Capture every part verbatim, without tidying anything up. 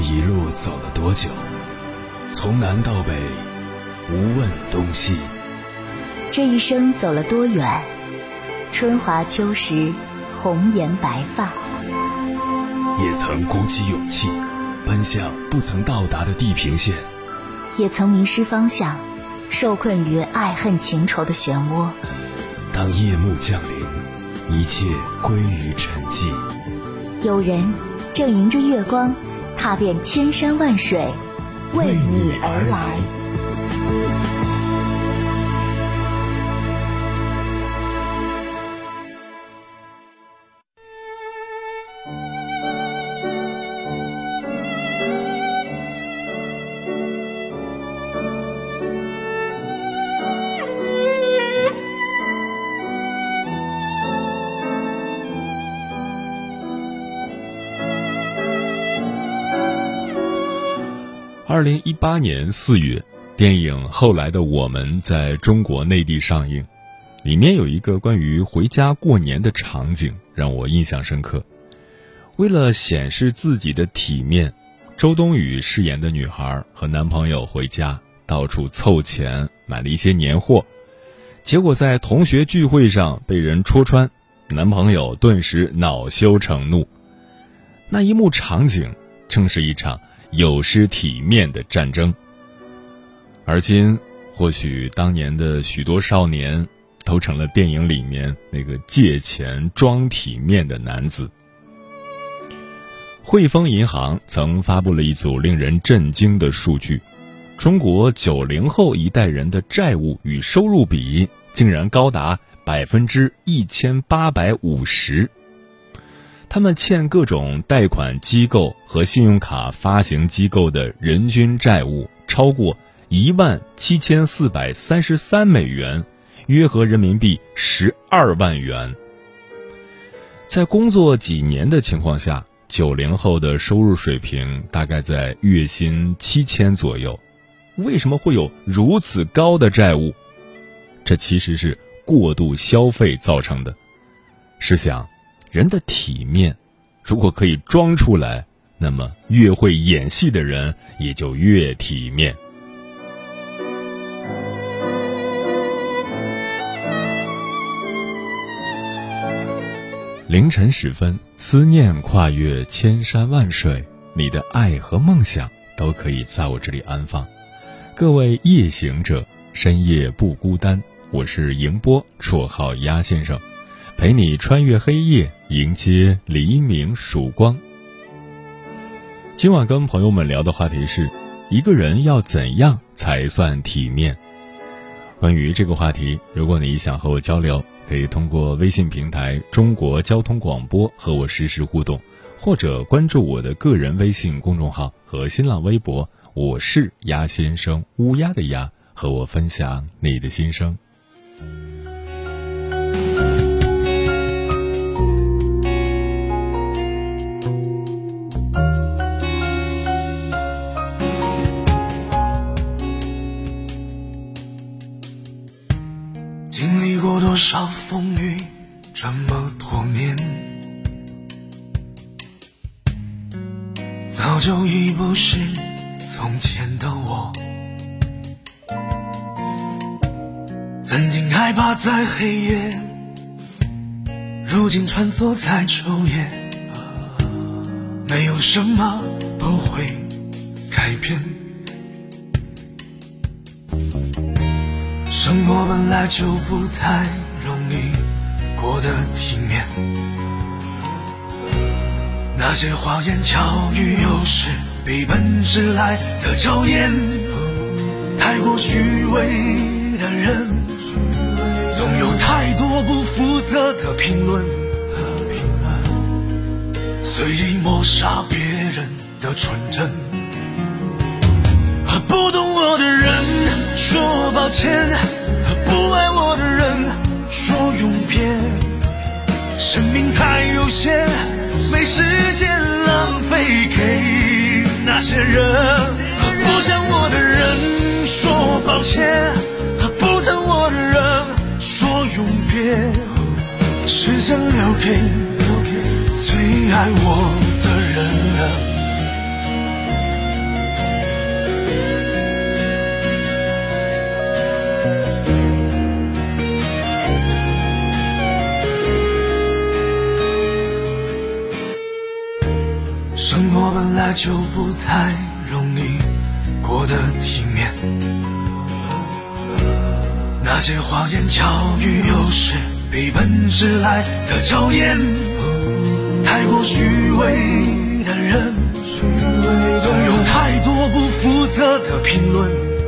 一路走了多久？从南到北，无问东西。 这一生走了多远？春华秋实，红颜白发。 也曾鼓起勇气，奔向不曾到达的地平线。 也曾迷失方向，受困于爱恨情仇的漩涡。 当夜幕降临，一切归于沉寂。 有人正迎着月光，踏遍千山万水，为你而来。 二零一八年四月，电影《后来的我们》在中国内地上映，里面有一个关于回家过年的场景让我印象深刻。为了显示自己的体面，周冬雨饰演的女孩和男朋友回家，到处凑钱买了一些年货，结果在同学聚会上被人戳穿，男朋友顿时恼羞成怒。那一幕场景正是一场有失体面的战争。而今或许当年的许多少年都成了电影里面那个借钱装体面的男子。汇丰银行曾发布了一组令人震惊的数据，中国九零后一代人的债务与收入比竟然高达百分之一千八百五十。他们欠各种贷款机构和信用卡发行机构的人均债务超过一万七千四百三十三美元，约合人民币十二万元。在工作几年的情况下，九零后的收入水平大概在月薪七千左右。为什么会有如此高的债务？这其实是过度消费造成的。试想，人的体面如果可以装出来，那么越会演戏的人也就越体面。凌晨时分，思念跨越千山万水，你的爱和梦想都可以在我这里安放。各位夜行者，深夜不孤单，我是迎波，绰号鸭先生，陪你穿越黑夜，迎接黎明曙光。今晚跟朋友们聊的话题是，一个人要怎样才算体面？关于这个话题，如果你想和我交流，可以通过微信平台中国交通广播和我实时互动，或者关注我的个人微信公众号和新浪微博，我是鸭先生，乌鸦的鸭，和我分享你的心声。 经历过多少风雨，这么多年，早就已不是从前的我。曾经害怕在黑夜，如今穿梭在昼夜。没有什么不会改变，生活本来就不太容易过得体面，那些花言巧语有时比本事来的娇艳，太过虚伪的人总有太多不负责的评论，随意抹杀别人的纯真。不懂我的人说抱歉，不爱我的人说永别，生命太有限，没时间浪费给那些人。不想我的人说抱歉，不疼我的人说永别，时间留给留给最爱我的人了。 生活本来就不太容易过得体面，那些花言巧语有时比本事来的娇艳，太过虚伪的人总有太多不负责的评论，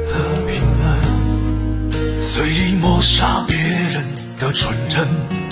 随意抹杀别人的纯真。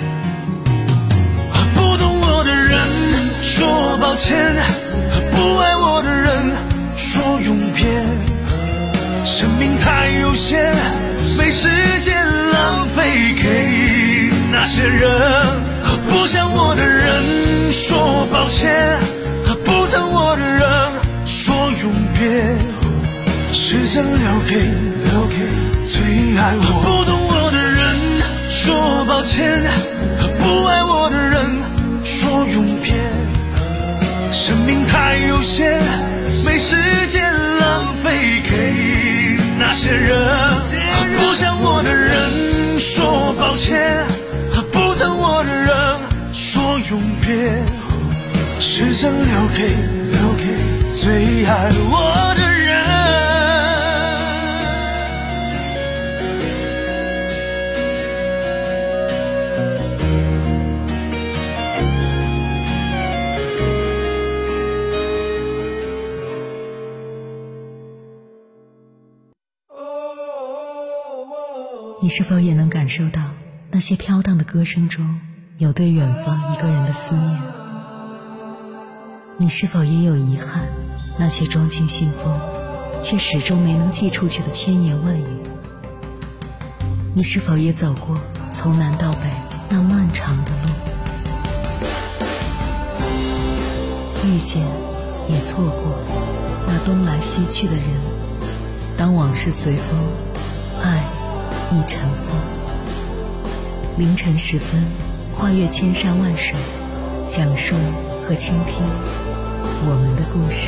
不懂我的人说抱歉，不爱我的人说永别，生命太有限，没时间浪费给那些人。不想我的人说抱歉，不疼我的人说永别，时间留给留给最爱我。不懂我的人说抱歉，不爱我的人说永别，生命太有限，没时间浪费给那些人。不想我的人说抱歉，不疼我的人说永别，时间留给留给最爱我的人。 你是否也能感受到那些飘荡的歌声中有对远方一个人的思念？你是否也有遗憾，那些装进信封却始终没能寄出去的千言万语？你是否也走过从南到北那漫长的路，遇见也错过那东来西去的人？当往事随风，爱一尘封。凌晨时分，跨越千山万水，讲述和倾听我们的故事。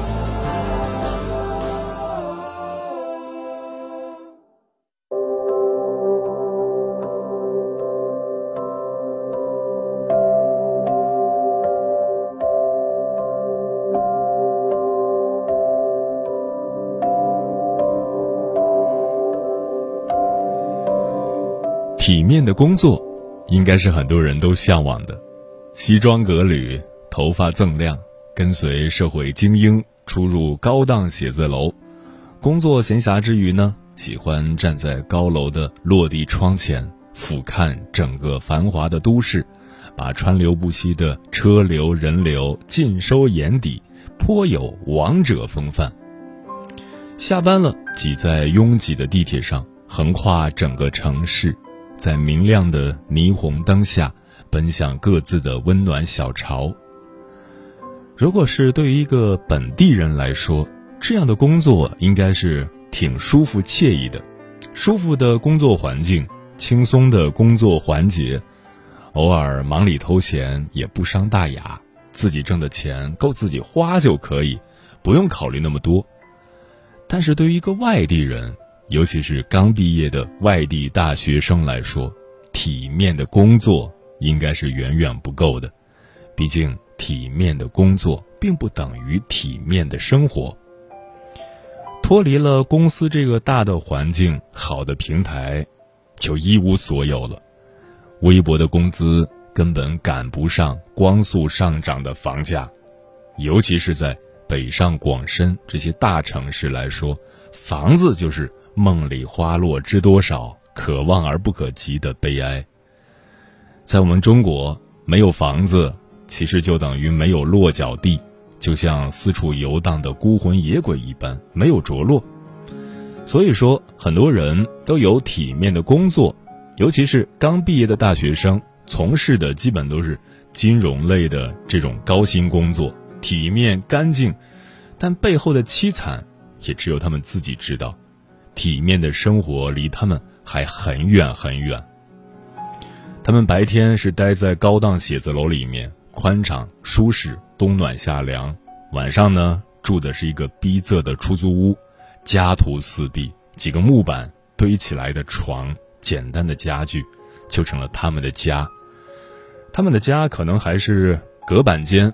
体面的工作应该是很多人都向往的，西装革履，头发锃亮，跟随社会精英出入高档写字楼，工作闲暇之余呢，喜欢站在高楼的落地窗前俯瞰整个繁华的都市，把川流不息的车流人流尽收眼底，颇有王者风范。下班了，挤在拥挤的地铁上，横跨整个城市，在明亮的霓虹灯下奔向各自的温暖小巢。如果是对于一个本地人来说，这样的工作应该是挺舒服惬意的，舒服的工作环境，轻松的工作环节，偶尔忙里偷闲也不伤大雅，自己挣的钱够自己花就可以，不用考虑那么多。但是对于一个外地人，尤其是刚毕业的外地大学生来说，体面的工作应该是远远不够的。毕竟体面的工作并不等于体面的生活。脱离了公司这个大的环境，好的平台就一无所有了。微薄的工资根本赶不上光速上涨的房价，尤其是在北上广深这些大城市来说，房子就是梦里花落知多少，可望而不可及的悲哀。在我们中国，没有房子其实就等于没有落脚地，就像四处游荡的孤魂野鬼一般，没有着落。所以说，很多人都有体面的工作，尤其是刚毕业的大学生，从事的基本都是金融类的这种高薪工作，体面干净，但背后的凄惨也只有他们自己知道。体面的生活离他们还很远很远。他们白天是待在高档写字楼里面，宽敞舒适，冬暖夏凉，晚上呢，住的是一个逼仄的出租屋，家徒四壁，几个木板堆起来的床，简单的家具就成了他们的家。他们的家可能还是隔板间，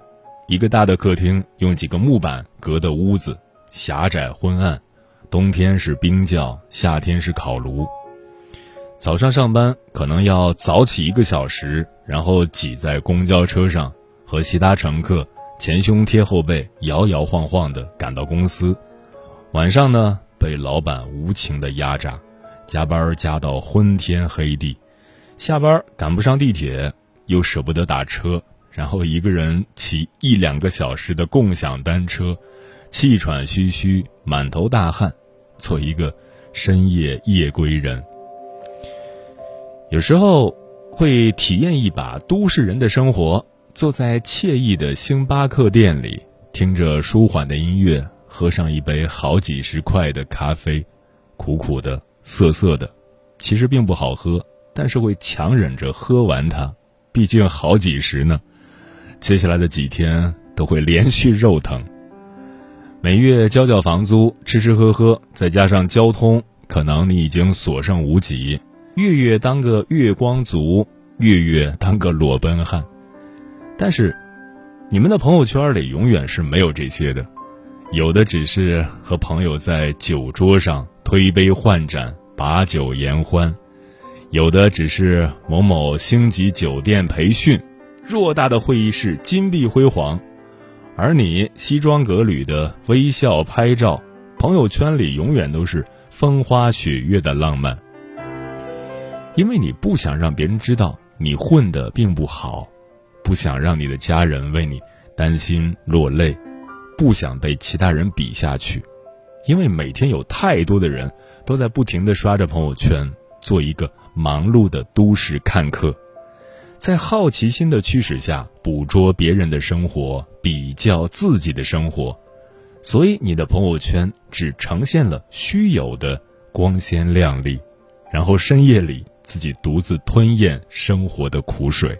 一个大的客厅用几个木板隔的屋子，狭窄昏暗，冬天是冰窖，夏天是烤炉。早上上班可能要早起一个小时，然后挤在公交车上，和其他乘客前胸贴后背，摇摇晃晃地赶到公司。晚上呢，被老板无情地压榨，加班加到昏天黑地，下班赶不上地铁，又舍不得打车，然后一个人骑一两个小时的共享单车，气喘吁吁，满头大汗，做一个深夜夜归人。有时候会体验一把都市人的生活，坐在惬意的星巴克店里，听着舒缓的音乐，喝上一杯好几十块的咖啡，苦苦的涩涩的，其实并不好喝，但是会强忍着喝完它，毕竟好几十呢。接下来的几天都会连续肉疼，每月交交房租，吃吃喝喝，再加上交通，可能你已经所剩无几，月月当个月光族，月月当个裸奔汉。但是你们的朋友圈里永远是没有这些的，有的只是和朋友在酒桌上推杯换盏，把酒言欢，有的只是某某星级酒店培训，偌大的会议室金碧辉煌，而你西装革履的微笑拍照，朋友圈里永远都是风花雪月的浪漫。因为你不想让别人知道你混得并不好，不想让你的家人为你担心落泪，不想被其他人比下去。因为每天有太多的人都在不停地刷着朋友圈，做一个忙碌的都市看客，在好奇心的驱使下捕捉别人的生活，比较自己的生活，所以你的朋友圈只呈现了虚有的光鲜亮丽，然后深夜里自己独自吞咽生活的苦水。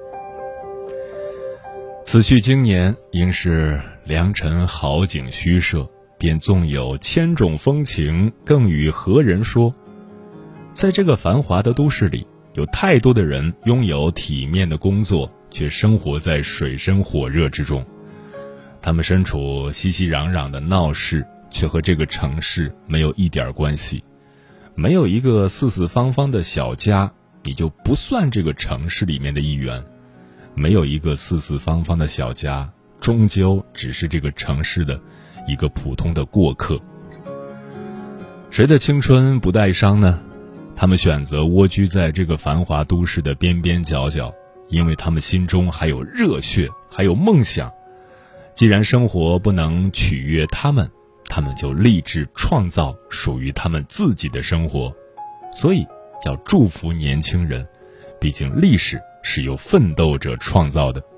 此去经年，应是良辰好景虚设，便纵有千种风情，更与何人说？在这个繁华的都市里，有太多的人拥有体面的工作，却生活在水深火热之中。他们身处熙熙攘攘的闹市，却和这个城市没有一点关系。没有一个四四方方的小家，你就不算这个城市里面的一员。没有一个四四方方的小家，终究只是这个城市的一个普通的过客。谁的青春不带伤呢？他们选择蜗居在这个繁华都市的边边角角，因为他们心中还有热血，还有梦想。既然生活不能取悦他们，他们就立志创造属于他们自己的生活。所以要祝福年轻人，毕竟历史是由奋斗者创造的。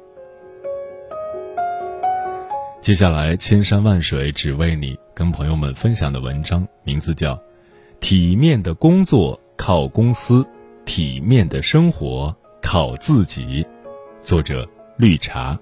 接下来千山万水只为你，跟朋友们分享的文章名字叫《体面的工作靠公司，体面的生活靠自己》，作者绿茶。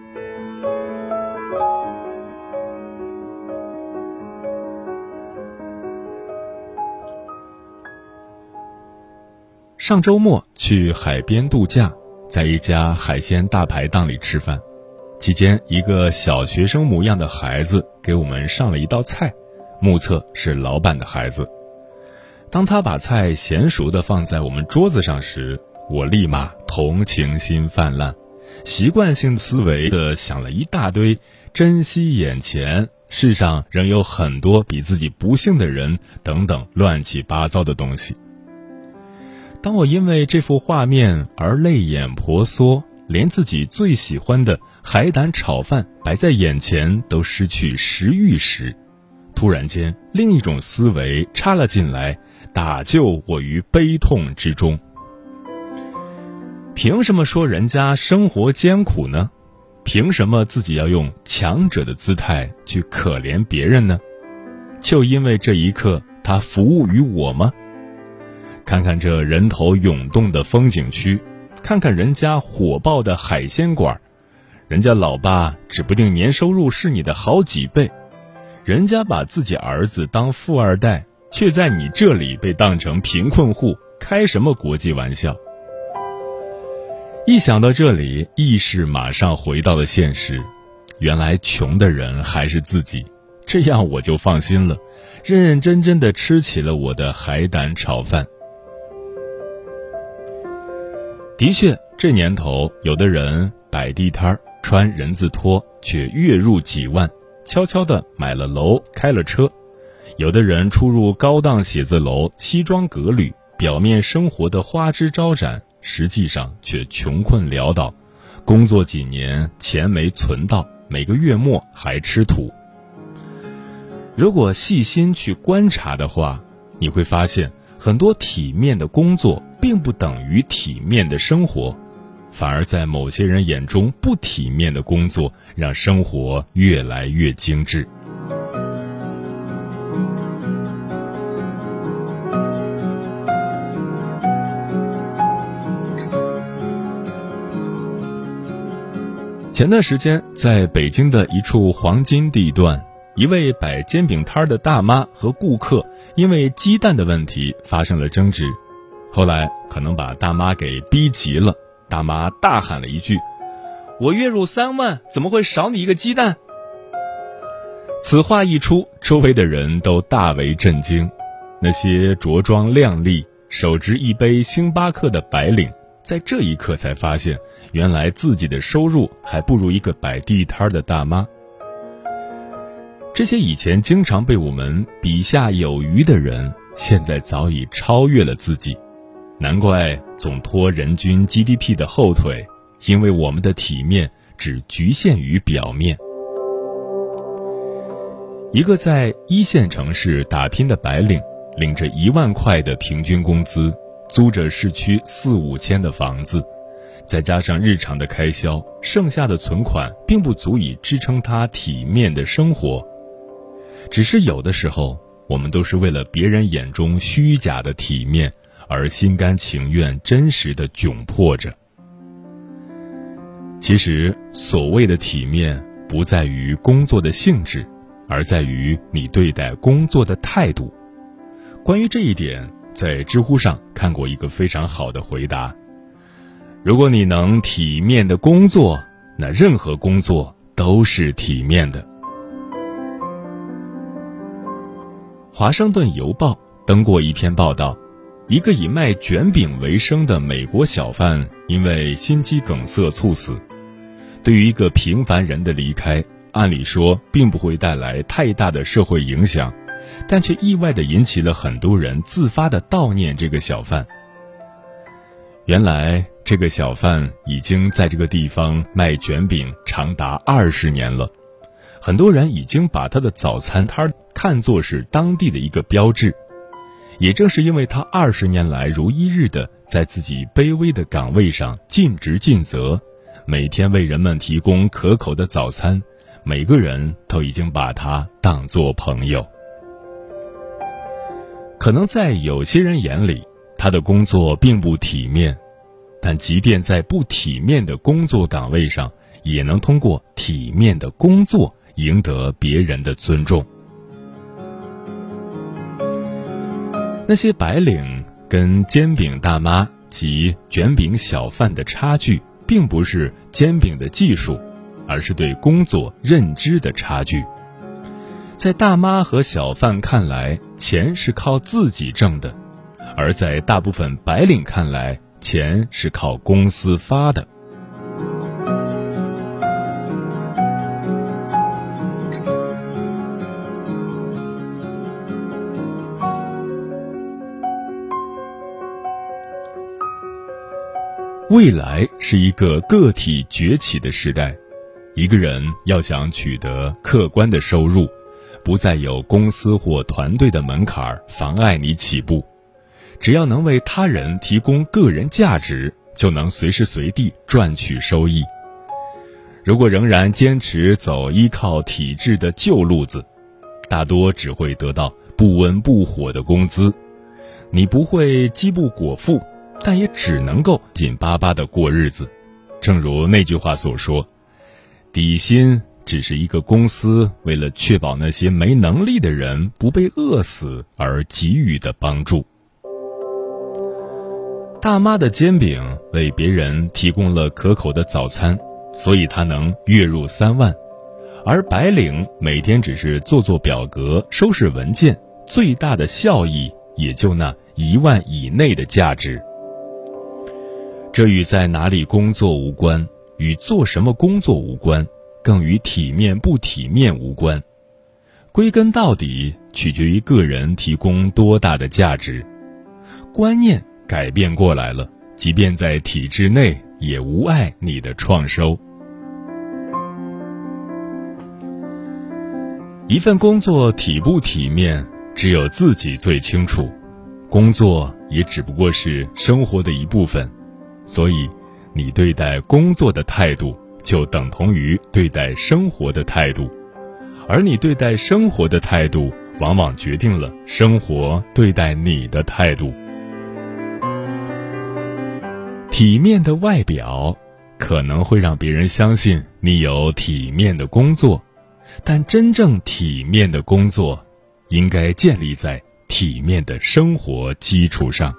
上周末去海边度假，在一家海鲜大排档里吃饭。期间，一个小学生模样的孩子给我们上了一道菜，目测是老板的孩子。当他把菜娴熟地放在我们桌子上时，我立马同情心泛滥，习惯性思维地想了一大堆珍惜眼前，世上仍有很多比自己不幸的人等等乱七八糟的东西。当我因为这幅画面而泪眼婆娑，连自己最喜欢的海胆炒饭摆在眼前都失去食欲时，突然间另一种思维插了进来，打救我于悲痛之中。凭什么说人家生活艰苦呢？凭什么自己要用强者的姿态去可怜别人呢？就因为这一刻他服务于我吗？看看这人头涌动的风景区，看看人家火爆的海鲜馆，人家老爸指不定年收入是你的好几倍，人家把自己儿子当富二代，却在你这里被当成贫困户，开什么国际玩笑？一想到这里，意识马上回到了现实， 原来穷的人还是自己，这样我就放心了，认认真真的吃起了我的海胆炒饭。的确，这年头有的人摆地摊儿，穿人字拖，却月入几万，悄悄地买了楼，开了车；有的人出入高档写字楼，西装革履，表面生活的花枝招展，实际上却穷困潦倒，工作几年钱没存到，每个月末还吃土。如果细心去观察的话，你会发现很多体面的工作并不等于体面的生活，反而在某些人眼中，不体面的工作让生活越来越精致。前段时间，在北京的一处黄金地段，一位摆煎饼摊的大妈和顾客因为鸡蛋的问题发生了争执，后来可能把大妈给逼急了，大妈大喊了一句：“我月入三万，怎么会少你一个鸡蛋？”此话一出，周围的人都大为震惊。那些着装靓丽、手执一杯星巴克的白领，在这一刻才发现，原来自己的收入还不如一个摆地摊的大妈。这些以前经常被我们比下有余的人，现在早已超越了自己。难怪总拖人均 G D P 的后腿，因为我们的体面只局限于表面。一个在一线城市打拼的白领，领着一万块的平均工资，租着市区四五千的房子，再加上日常的开销，剩下的存款并不足以支撑他体面的生活。只是有的时候，我们都是为了别人眼中虚假的体面，而心甘情愿真实的窘迫着。其实所谓的体面，不在于工作的性质，而在于你对待工作的态度。关于这一点，在知乎上看过一个非常好的回答：如果你能体面的工作，那任何工作都是体面的。华盛顿邮报登过一篇报道，一个以卖卷饼为生的美国小贩因为心肌梗塞猝死。对于一个平凡人的离开，按理说并不会带来太大的社会影响，但却意外地引起了很多人自发地悼念这个小贩。原来这个小贩已经在这个地方卖卷饼长达二十年了，很多人已经把他的早餐摊看作是当地的一个标志。也正是因为他二十年来如一日的在自己卑微的岗位上尽职尽责，每天为人们提供可口的早餐，每个人都已经把他当作朋友。可能在有些人眼里，他的工作并不体面，但即便在不体面的工作岗位上，也能通过体面的工作赢得别人的尊重。那些白领跟煎饼大妈及卷饼小贩的差距，并不是煎饼的技术，而是对工作认知的差距。在大妈和小贩看来，钱是靠自己挣的，而在大部分白领看来，钱是靠公司发的。未来是一个个体崛起的时代，一个人要想取得客观的收入，不再有公司或团队的门槛妨碍你起步，只要能为他人提供个人价值，就能随时随地赚取收益。如果仍然坚持走依靠体制的旧路子，大多只会得到不温不火的工资，你不会饥不果腹，但也只能够紧巴巴地过日子。正如那句话所说，底薪只是一个公司为了确保那些没能力的人不被饿死而给予的帮助。大妈的煎饼为别人提供了可口的早餐，所以她能月入三万， 而白领每天只是做做表格、收拾文件，最大的效益也就那一万以内的价值。这与在哪里工作无关，与做什么工作无关，更与体面不体面无关。归根到底，取决于个人提供多大的价值。观念改变过来了，即便在体制内，也无碍你的创收。一份工作体不体面，只有自己最清楚。工作也只不过是生活的一部分，所以你对待工作的态度，就等同于对待生活的态度，而你对待生活的态度，往往决定了生活对待你的态度。体面的外表可能会让别人相信你有体面的工作，但真正体面的工作应该建立在体面的生活基础上。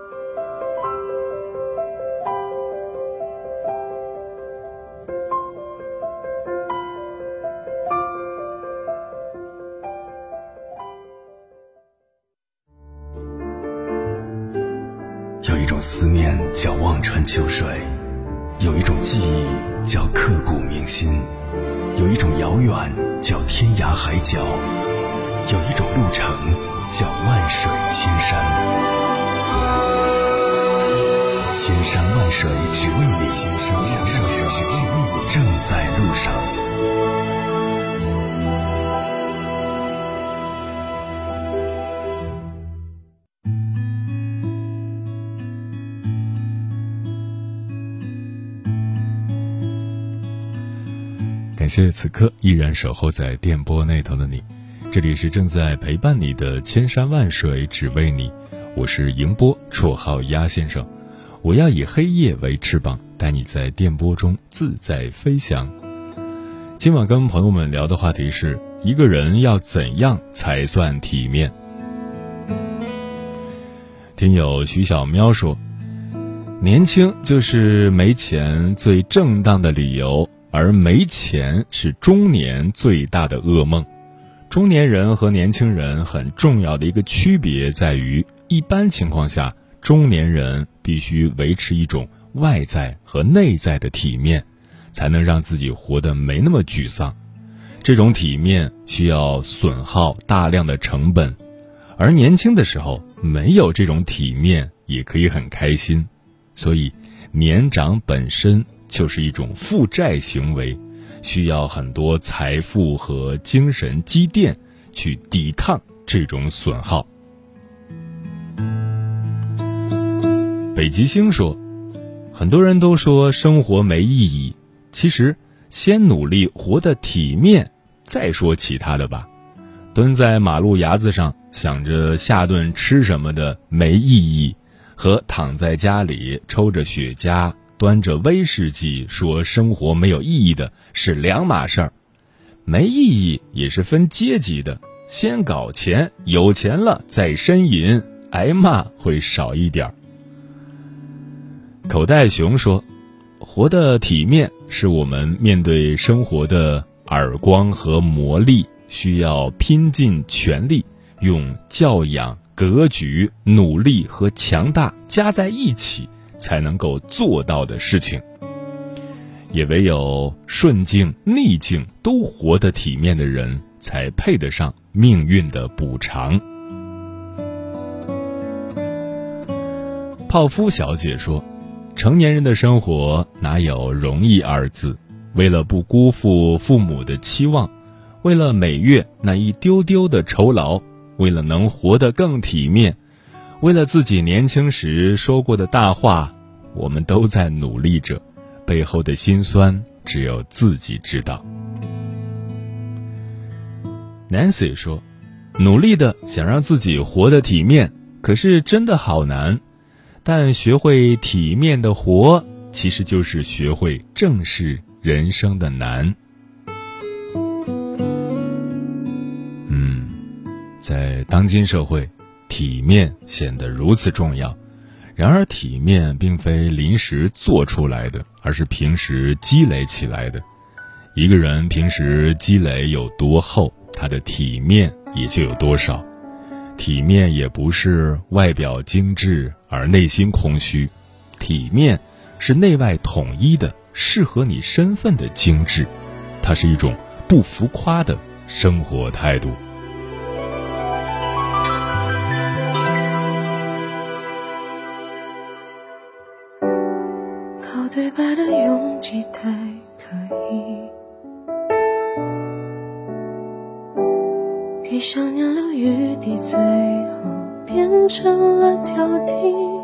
有一种思念叫望穿秋水，有一种记忆叫刻骨铭心，有一种遥远叫天涯海角，有一种路程叫万水千山。千山万水只为你，千山万水只为你，正在路上。 感谢此刻依然守候在电波那头的你，这里是正在陪伴你的千山万水只为你，我是迎波，绰号鸭先生。我要以黑夜为翅膀，带你在电波中自在飞翔。今晚跟朋友们聊的话题是，一个人要怎样才算体面？听友徐小喵说，年轻就是没钱最正当的理由，而没钱是中年最大的噩梦。中年人和年轻人很重要的一个区别在于，一般情况下，中年人必须维持一种外在和内在的体面，才能让自己活得没那么沮丧。这种体面需要损耗大量的成本，而年轻的时候没有这种体面也可以很开心。所以年长本身就是一种负债行为，需要很多财富和精神积淀去抵抗这种损耗。北极星说，很多人都说生活没意义，其实先努力活得体面，再说其他的吧。蹲在马路牙子上想着下顿吃什么的没意义，和躺在家里抽着雪茄端着威士忌说生活没有意义的是两码事儿。没意义也是分阶级的，先搞钱，有钱了再呻吟，挨骂会少一点。口袋熊说，活得体面是我们面对生活的耳光和磨砺，需要拼尽全力，用教养、格局、努力和强大加在一起才能够做到的事情。也唯有顺境逆境都活得体面的人，才配得上命运的补偿。泡芙小姐说，成年人的生活哪有容易二字，为了不辜负父母的期望，为了每月那一丢丢的酬劳，为了能活得更体面，为了自己年轻时说过的大话，我们都在努力着，背后的辛酸只有自己知道。Nancy 说，努力的想让自己活得体面，可是真的好难，但学会体面的活，其实就是学会正视人生的难。嗯，在当今社会，体面显得如此重要。然而体面并非临时做出来的，而是平时积累起来的。 一个人平时积累有多厚，他的体面也就有多少。体面也不是外表精致而内心空虚，体面是内外统一的，适合你身份的精致，它是一种不浮夸的生活态度。 靠对白的拥挤太可以，给想念留余地，最后变成了挑剔。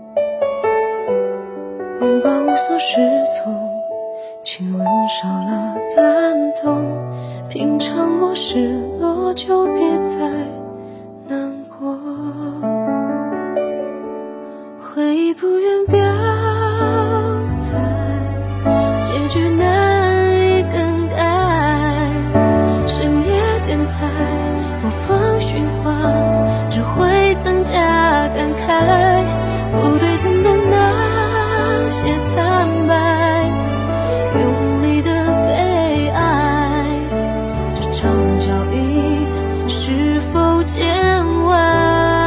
拥抱无所适从，亲吻少了感动，品尝过失落，就别再难过。回忆不愿表态，结局难以更改。深夜电台播放循环，只会增加感慨。不对等的那些坦白，用力的被爱，这场交易是否见外？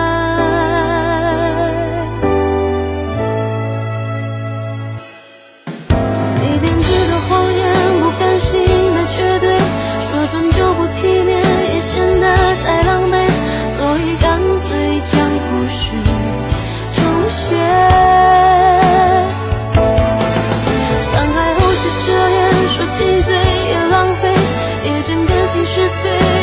你编织的谎言，不甘心的绝对，说穿就不体面，也显得太狼狈，所以干脆将故事重写。伤害后是遮掩，说几岁也浪费，别真感情是非。